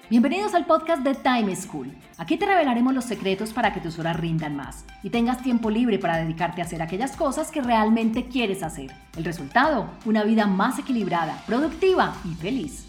Bienvenidos al podcast de Time School. Aquí te revelaremos los secretos para que tus horas rindan más y tengas tiempo libre para dedicarte a hacer aquellas cosas que realmente quieres hacer. El resultado, una vida más equilibrada, productiva y feliz.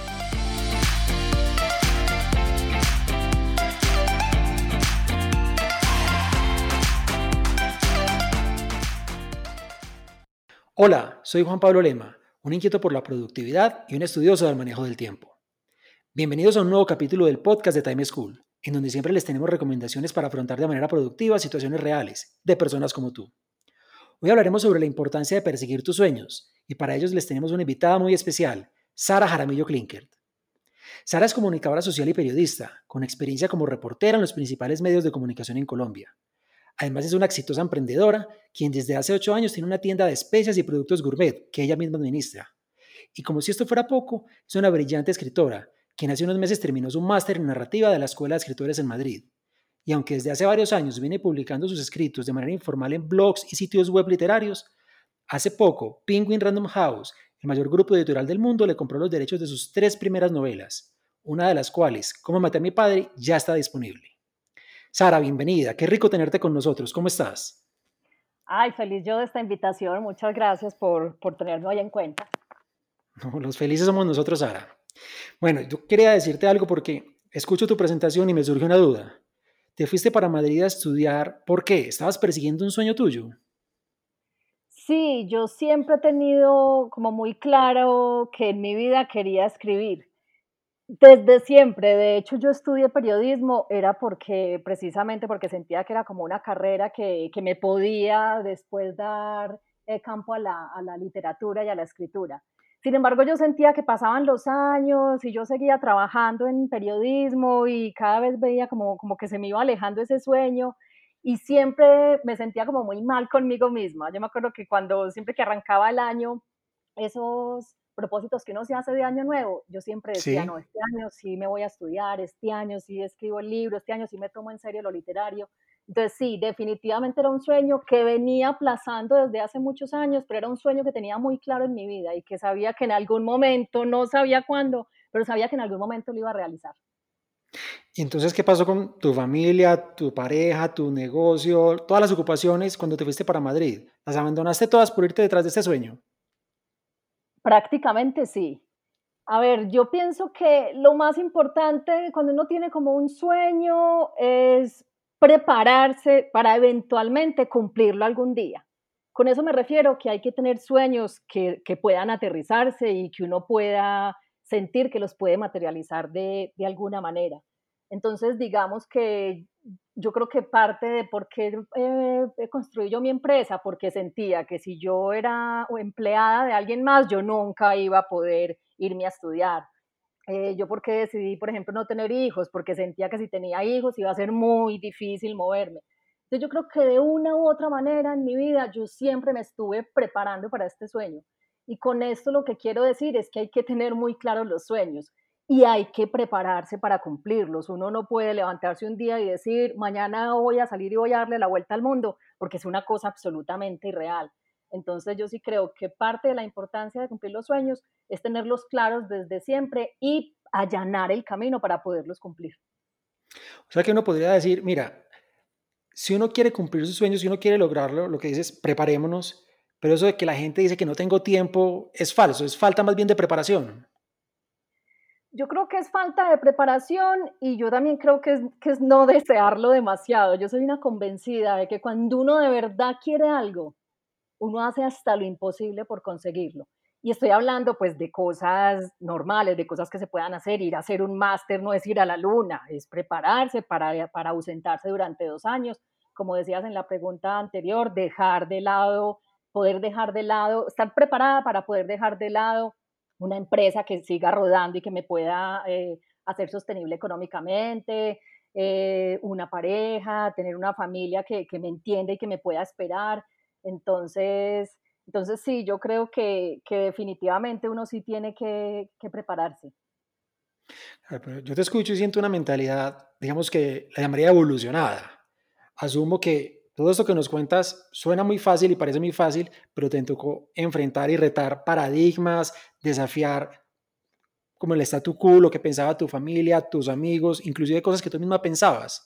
Hola, soy Juan Pablo Lema, un inquieto por la productividad y un estudioso del manejo del tiempo. Bienvenidos a un nuevo capítulo del podcast de Time School, en donde siempre les tenemos recomendaciones para afrontar de manera productiva situaciones reales de personas como tú. Hoy hablaremos sobre la importancia de perseguir tus sueños y para ellos les tenemos una invitada muy especial, Sara Jaramillo Klinkert. Sara es comunicadora social y periodista, con experiencia como reportera en los principales medios de comunicación en Colombia. Además es una exitosa emprendedora, quien desde hace 8 años tiene una tienda de especias y productos gourmet que ella misma administra. Y como si esto fuera poco, es una brillante escritora, quien hace unos meses terminó su máster en narrativa de la Escuela de Escritores en Madrid. Y aunque desde hace varios años viene publicando sus escritos de manera informal en blogs y sitios web literarios, hace poco Penguin Random House, el mayor grupo editorial del mundo, le compró los derechos de sus 3 primeras novelas, una de las cuales, Cómo maté a mi padre, ya está disponible. Sara, bienvenida, qué rico tenerte con nosotros, ¿cómo estás? Ay, feliz yo de esta invitación. Muchas gracias por tenerme hoy en cuenta. No, los felices somos nosotros, Sara. Bueno, yo quería decirte algo porque escucho tu presentación y me surge una duda. ¿Te fuiste para Madrid a estudiar? ¿Por qué? ¿Estabas persiguiendo un sueño tuyo? Sí, yo siempre he tenido como muy claro que en mi vida quería escribir. Desde siempre, de hecho, yo estudié periodismo, era porque, precisamente porque sentía que era como una carrera que me podía después dar campo a la literatura y a la escritura. Sin embargo, yo sentía que pasaban los años y yo seguía trabajando en periodismo y cada vez veía como que se me iba alejando ese sueño y siempre me sentía como muy mal conmigo misma. Yo me acuerdo que cuando siempre que arrancaba el año, esos propósitos que uno se hace de año nuevo, yo siempre decía, Sí. no, este año sí me voy a estudiar, este año sí escribo el libro, este año sí me tomo en serio lo literario. Entonces sí, definitivamente era un sueño que venía aplazando desde hace muchos años, pero era un sueño que tenía muy claro en mi vida y que sabía que en algún momento, no sabía cuándo, pero sabía que en algún momento lo iba a realizar. ¿Y entonces qué pasó con tu familia, tu pareja, tu negocio, todas las ocupaciones cuando te fuiste para Madrid? ¿Las abandonaste todas por irte detrás de este sueño? Prácticamente sí. A ver, yo pienso que lo más importante cuando uno tiene como un sueño es prepararse para eventualmente cumplirlo algún día. Con eso me refiero que hay que tener sueños que puedan aterrizarse y que uno pueda sentir que los puede materializar de alguna manera. Entonces, digamos que yo creo que parte de por qué construí yo mi empresa, porque sentía que si yo era empleada de alguien más, yo nunca iba a poder irme a estudiar. Yo porque decidí, por ejemplo, no tener hijos, porque sentía que si tenía hijos iba a ser muy difícil moverme. Entonces yo creo que de una u otra manera en mi vida yo siempre me estuve preparando para este sueño. Y con esto lo que quiero decir es que hay que tener muy claros los sueños y hay que prepararse para cumplirlos. Uno no puede levantarse un día y decir, mañana voy a salir y voy a darle la vuelta al mundo, porque es una cosa absolutamente irreal. Entonces yo sí creo que parte de la importancia de cumplir los sueños es tenerlos claros desde siempre y allanar el camino para poderlos cumplir. O sea que uno podría decir, mira, si uno quiere cumplir sus sueños, si uno quiere lograrlo, lo que dices, preparémonos, pero eso de que la gente dice que no tengo tiempo es falso, es falta más bien de preparación. Yo creo que es falta de preparación y yo también creo que es no desearlo demasiado. Yo soy una convencida de que cuando uno de verdad quiere algo, uno hace hasta lo imposible por conseguirlo. Y estoy hablando pues de cosas normales, de cosas que se puedan hacer. Ir a hacer un máster no es ir a la luna, es prepararse para ausentarse durante 2 años. Como decías en la pregunta anterior, dejar de lado, poder dejar de lado, estar preparada para poder dejar de lado una empresa que siga rodando y que me pueda hacer sostenible económicamente, una pareja, tener una familia que me entienda y que me pueda esperar. Entonces sí, yo creo que definitivamente uno sí tiene que prepararse. Pero yo te escucho y siento una mentalidad, digamos que la llamaría evolucionada. Asumo que todo esto que nos cuentas suena muy fácil y parece muy fácil, pero te tocó enfrentar y retar paradigmas, desafiar como el statu quo, lo que pensaba tu familia, tus amigos, inclusive cosas que tú misma pensabas?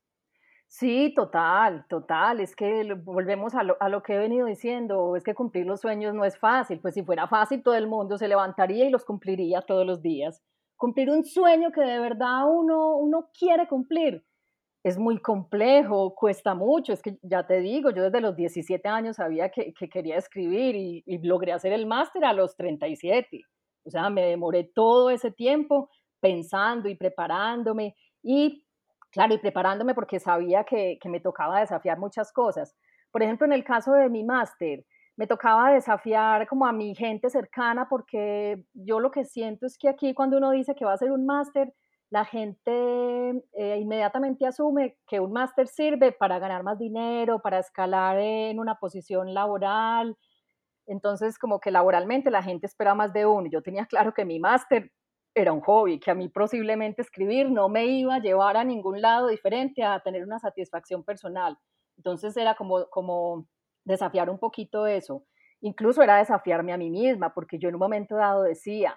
Sí, total, total. Es que volvemos a lo que he venido diciendo, es que cumplir los sueños no es fácil. Pues si fuera fácil, todo el mundo se levantaría y los cumpliría todos los días. Cumplir un sueño que de verdad uno quiere cumplir es muy complejo, cuesta mucho. Es que ya te digo, yo desde los 17 años sabía que quería escribir y logré hacer el máster a los 37. O sea, me demoré todo ese tiempo pensando y preparándome. Y claro, y preparándome porque sabía que me tocaba desafiar muchas cosas. Por ejemplo, en el caso de mi máster, me tocaba desafiar como a mi gente cercana porque yo lo que siento es que aquí cuando uno dice que va a hacer un máster, la gente inmediatamente asume que un máster sirve para ganar más dinero, para escalar en una posición laboral. Entonces, como que laboralmente la gente espera más de uno. Yo tenía claro que mi máster era un hobby, que a mí posiblemente escribir no me iba a llevar a ningún lado diferente a tener una satisfacción personal. Entonces era como desafiar un poquito eso. Incluso era desafiarme a mí misma, porque yo en un momento dado decía,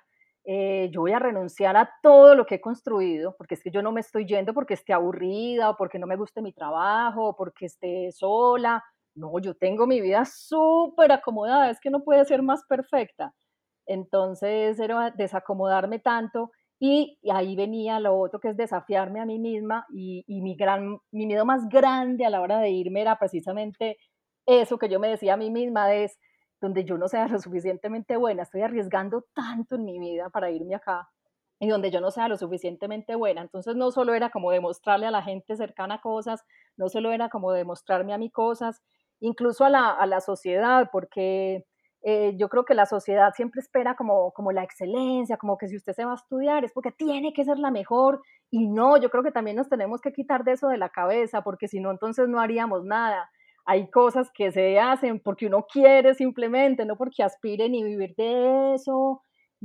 yo voy a renunciar a todo lo que he construido, porque es que yo no me estoy yendo porque esté aburrida o porque no me guste mi trabajo o porque esté sola. No, yo tengo mi vida súper acomodada, es que no puede ser más perfecta. Entonces era desacomodarme tanto y ahí venía lo otro que es desafiarme a mí misma y mi miedo más grande a la hora de irme era precisamente eso que yo me decía a mí misma es donde yo no sea lo suficientemente buena, estoy arriesgando tanto en mi vida para irme acá y donde yo no sea lo suficientemente buena. Entonces no solo era como demostrarle a la gente cercana cosas, no solo era como demostrarme a mí cosas, incluso a la sociedad, porque yo creo que la sociedad siempre espera como la excelencia, como que si usted se va a estudiar es porque tiene que ser la mejor y no, yo creo que también nos tenemos que quitar de eso de la cabeza, porque si no, entonces no haríamos nada. Hay cosas que se hacen porque uno quiere simplemente, no porque aspire ni vivir de eso,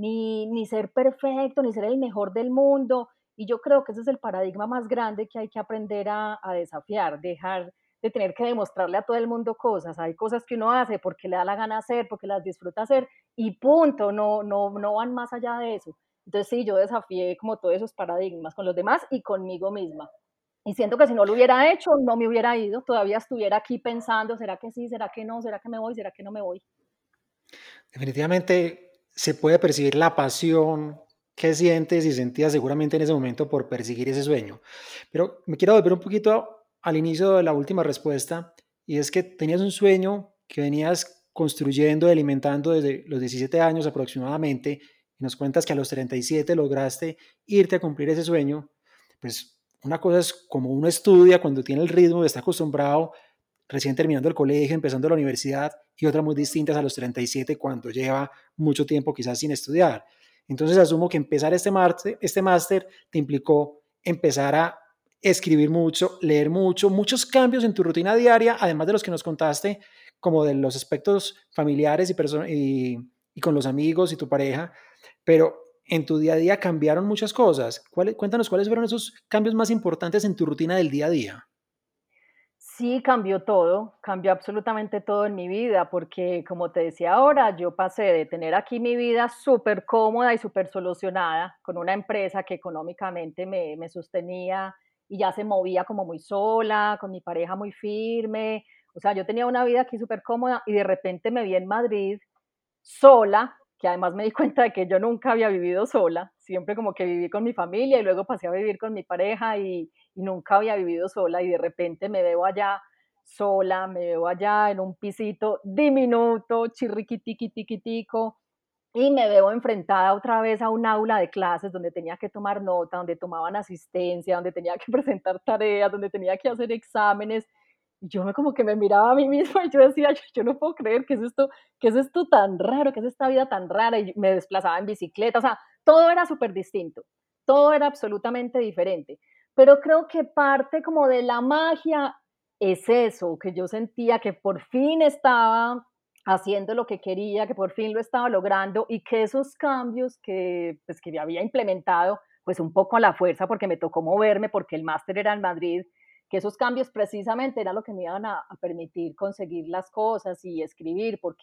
ni ser perfecto, ni ser el mejor del mundo. Y yo creo que ese es el paradigma más grande que hay que aprender a desafiar, dejar de tener que demostrarle a todo el mundo cosas. Hay cosas que uno hace porque le da la gana hacer, porque las disfruta hacer y punto, no van más allá de eso. Entonces sí, yo desafié como todos esos paradigmas con los demás y conmigo misma. Y siento que si no lo hubiera hecho, no me hubiera ido, todavía estuviera aquí pensando, ¿será que sí? ¿Será que no? ¿Será que me voy? ¿Será que no me voy? Definitivamente se puede percibir la pasión que sientes y sentías seguramente en ese momento por perseguir ese sueño. Pero me quiero volver un poquito al inicio de la última respuesta, y es que tenías un sueño que venías construyendo y alimentando desde los 17 años aproximadamente, y nos cuentas que a los 37 lograste irte a cumplir ese sueño. Pues una cosa es como uno estudia cuando tiene el ritmo, está acostumbrado recién terminando el colegio, empezando la universidad, y otras muy distintas a los 37 cuando lleva mucho tiempo quizás sin estudiar. Entonces asumo que empezar este máster te implicó empezar a escribir mucho, leer mucho, muchos cambios en tu rutina diaria, además de los que nos contaste, como de los aspectos familiares y con los amigos y tu pareja, pero en tu día a día cambiaron muchas cosas. Cuéntanos cuáles fueron esos cambios más importantes en tu rutina del día a día. Sí, cambió todo, cambió absolutamente todo en mi vida, porque como te decía ahora, yo pasé de tener aquí mi vida súper cómoda y súper solucionada con una empresa que económicamente me sostenía y ya se movía como muy sola, con mi pareja muy firme. O sea, yo tenía una vida aquí súper cómoda y de repente me vi en Madrid sola, que además me di cuenta de que yo nunca había vivido sola, siempre como que viví con mi familia y luego pasé a vivir con mi pareja y nunca había vivido sola y de repente me veo allá sola, me veo allá en un pisito diminuto, chirriquitiquitiquitico, y me veo enfrentada otra vez a un aula de clases donde tenía que tomar nota, donde tomaban asistencia, donde tenía que presentar tareas, donde tenía que hacer exámenes. Y yo como que me miraba a mí misma y yo decía, yo no puedo creer que qué es esto tan raro, qué es esta vida tan rara. Y me desplazaba en bicicleta, o sea, todo era súper distinto, todo era absolutamente diferente. Pero creo que parte como de la magia es eso, que yo sentía que por fin estaba haciendo lo que quería, que por fin lo estaba logrando y que esos cambios que, pues, que había implementado, pues un poco a la fuerza porque me tocó moverme, porque el máster era en Madrid, que esos cambios precisamente eran lo que me iban a permitir conseguir las cosas y escribir, porque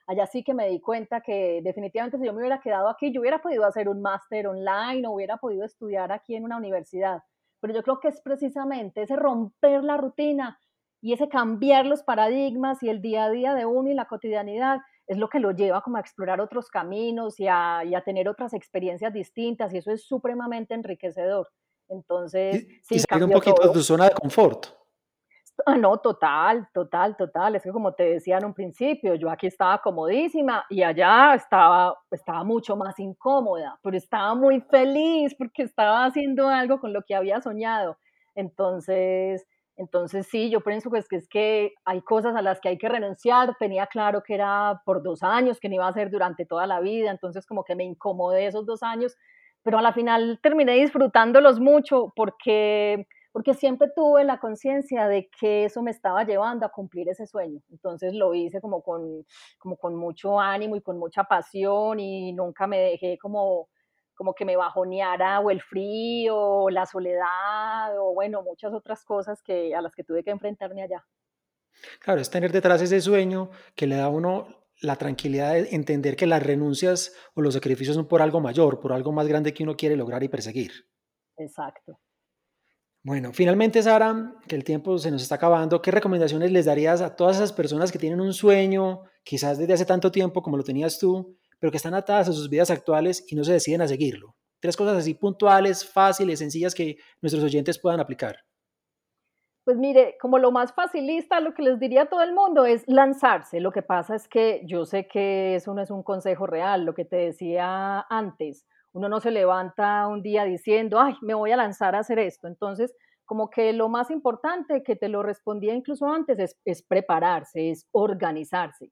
allá sí que me di cuenta que definitivamente si yo me hubiera quedado aquí, yo hubiera podido hacer un máster online o hubiera podido estudiar aquí en una universidad. Pero yo creo que es precisamente ese romper la rutina y ese cambiar los paradigmas y el día a día de uno y la cotidianidad es lo que lo lleva como a explorar otros caminos y a tener otras experiencias distintas y eso es supremamente enriquecedor. Entonces, Y sí, salir un cambió poquito de todo. tu zona de confort. Ah, no, total, total, total. Es que como te decía en un principio, yo aquí estaba comodísima y allá estaba mucho más incómoda, pero estaba muy feliz porque estaba haciendo algo con lo que había soñado. Entonces, entonces sí, yo pienso pues que es que hay cosas a las que hay que renunciar. Tenía claro que era por 2 años, que no iba a ser durante toda la vida. Entonces como que me incomodé esos 2 años, pero a la final terminé disfrutándolos mucho porque siempre tuve la conciencia de que eso me estaba llevando a cumplir ese sueño. Entonces lo hice como con mucho ánimo y con mucha pasión y nunca me dejé como que me bajoneara o el frío o la soledad o bueno, muchas otras cosas a las que tuve que enfrentarme allá. Claro, es tener detrás ese sueño que le da a uno la tranquilidad de entender que las renuncias o los sacrificios son por algo mayor, por algo más grande que uno quiere lograr y perseguir. Exacto. Bueno, finalmente, Sara, que el tiempo se nos está acabando, ¿qué recomendaciones les darías a todas esas personas que tienen un sueño, quizás desde hace tanto tiempo como lo tenías tú, pero que están atadas a sus vidas actuales y no se deciden a seguirlo? Tres cosas así puntuales, fáciles, sencillas que nuestros oyentes puedan aplicar. Pues mire, como lo más facilista, lo que les diría a todo el mundo es lanzarse. Lo que pasa es que yo sé que eso no es un consejo real, lo que te decía antes. Uno no se levanta un día diciendo, ay, me voy a lanzar a hacer esto. Entonces, como que lo más importante, que te lo respondía incluso antes, es prepararse, es organizarse.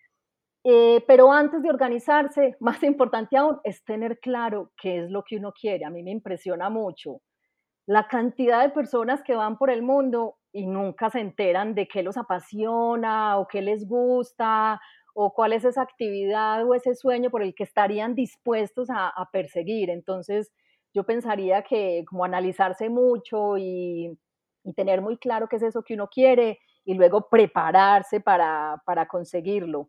Pero antes de organizarse, más importante aún, es tener claro qué es lo que uno quiere. A mí me impresiona mucho la cantidad de personas que van por el mundo y nunca se enteran de qué los apasiona o qué les gusta o cuál es esa actividad o ese sueño por el que estarían dispuestos a perseguir. Entonces, yo pensaría que como analizarse mucho y tener muy claro qué es eso que uno quiere y luego prepararse para conseguirlo.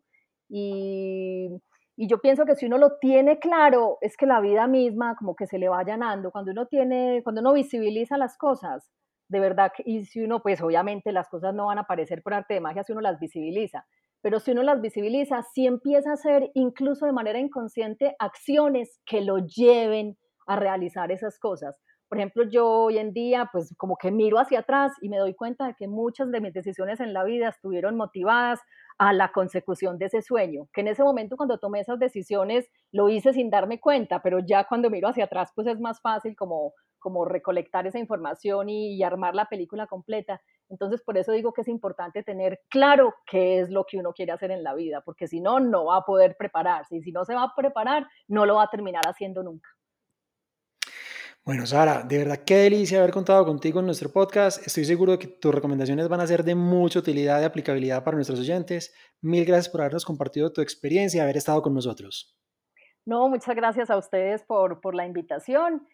Y, y yo pienso que si uno lo tiene claro, es que la vida misma como que se le va allanando. Cuando uno visibiliza las cosas, de verdad, y si uno, pues obviamente las cosas no van a aparecer por arte de magia si uno las visibiliza, pero si uno las visibiliza, sí empieza a hacer, incluso de manera inconsciente, acciones que lo lleven a realizar esas cosas. Por ejemplo, yo hoy en día, pues como que miro hacia atrás y me doy cuenta de que muchas de mis decisiones en la vida estuvieron motivadas a la consecución de ese sueño, que en ese momento cuando tomé esas decisiones lo hice sin darme cuenta, pero ya cuando miro hacia atrás pues es más fácil como recolectar esa información y armar la película completa. Entonces por eso digo que es importante tener claro qué es lo que uno quiere hacer en la vida, porque si no, no va a poder prepararse y si no se va a preparar, no lo va a terminar haciendo nunca. Bueno, Sara, de verdad qué delicia haber contado contigo en nuestro podcast. Estoy seguro de que tus recomendaciones van a ser de mucha utilidad y aplicabilidad para nuestros oyentes. Mil gracias por habernos compartido tu experiencia y haber estado con nosotros. No, muchas gracias a ustedes por la invitación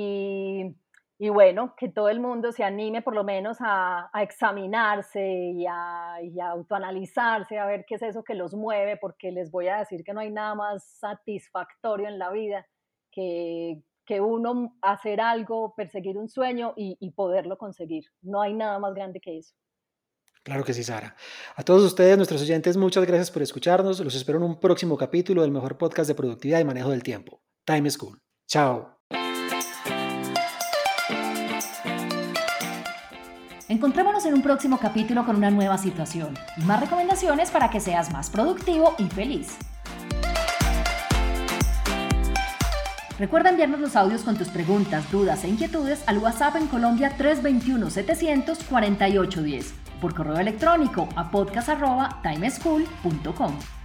y bueno, que todo el mundo se anime por lo menos a examinarse y a autoanalizarse, a ver qué es eso que los mueve, porque les voy a decir que no hay nada más satisfactorio en la vida que uno hacer algo, perseguir un sueño y poderlo conseguir. No hay nada más grande que eso. Claro que sí, Sara. A todos ustedes, nuestros oyentes, muchas gracias por escucharnos. Los espero en un próximo capítulo del mejor podcast de productividad y manejo del tiempo, Time School. Chao. Encontrémonos en un próximo capítulo con una nueva situación y más recomendaciones para que seas más productivo y feliz. Recuerda enviarnos los audios con tus preguntas, dudas e inquietudes al WhatsApp en Colombia 321-700-4810 por correo electrónico a podcast@timeschool.com.